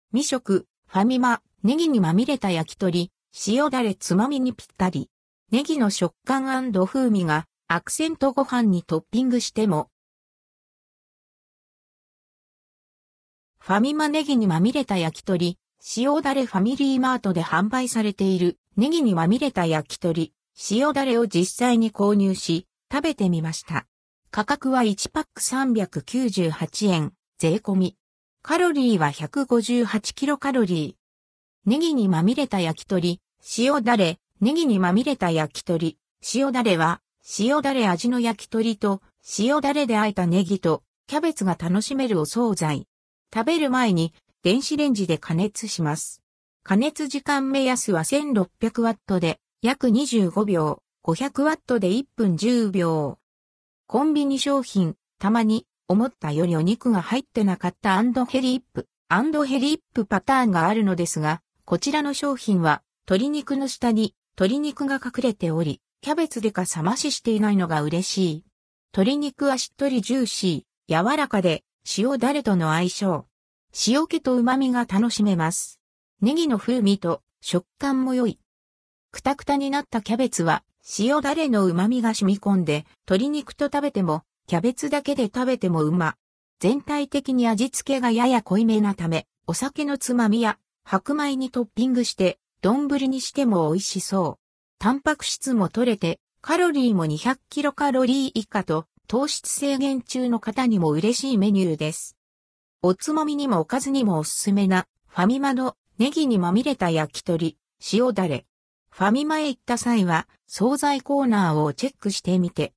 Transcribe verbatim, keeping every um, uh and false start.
未食、ファミマ、ネギにまみれた焼き鳥、塩だれつまみにぴったり。ネギの食感&風味がアクセントご飯にトッピングしても。ファミマネギにまみれた焼き鳥、塩だれファミリーマートで販売されているネギにまみれた焼き鳥、塩だれを実際に購入し、食べてみました。価格はいちパックさんびゃくきゅうじゅうはちえん、税込み。カロリーはひゃくごじゅうはちキロカロリー。ネギにまみれた焼き鳥、塩だれ、ネギにまみれた焼き鳥、塩だれは、塩だれ味の焼き鳥と、塩だれで和えたネギと、キャベツが楽しめるお惣菜。食べる前に、電子レンジで加熱します。加熱時間目安は せんろっぴゃくワット で、約にじゅうごびょう、ごひゃくワット でいっぷんじゅうびょう。コンビニ商品、たまに、思ったよりお肉が入ってなかった&ヘリップ、&ヘリップパターンがあるのですが、こちらの商品は、鶏肉の下に鶏肉が隠れており、キャベツでかさ増ししていないのが嬉しい。鶏肉はしっとりジューシー、柔らかで、塩だれとの相性。塩気と旨味が楽しめます。ネギの風味と食感も良い。くたくたになったキャベツは、塩だれの旨味が染み込んで、鶏肉と食べても、キャベツだけで食べてもうま。全体的に味付けがやや濃いめなため、お酒のつまみや白米にトッピングして、丼にしても美味しそう。タンパク質も取れて、カロリーもにひゃくキロカロリー以下と、糖質制限中の方にも嬉しいメニューです。おつまみにもおかずにもおすすめな、ファミマのネギにまみれた焼き鳥、塩だれ。ファミマへ行った際は、惣菜コーナーをチェックしてみて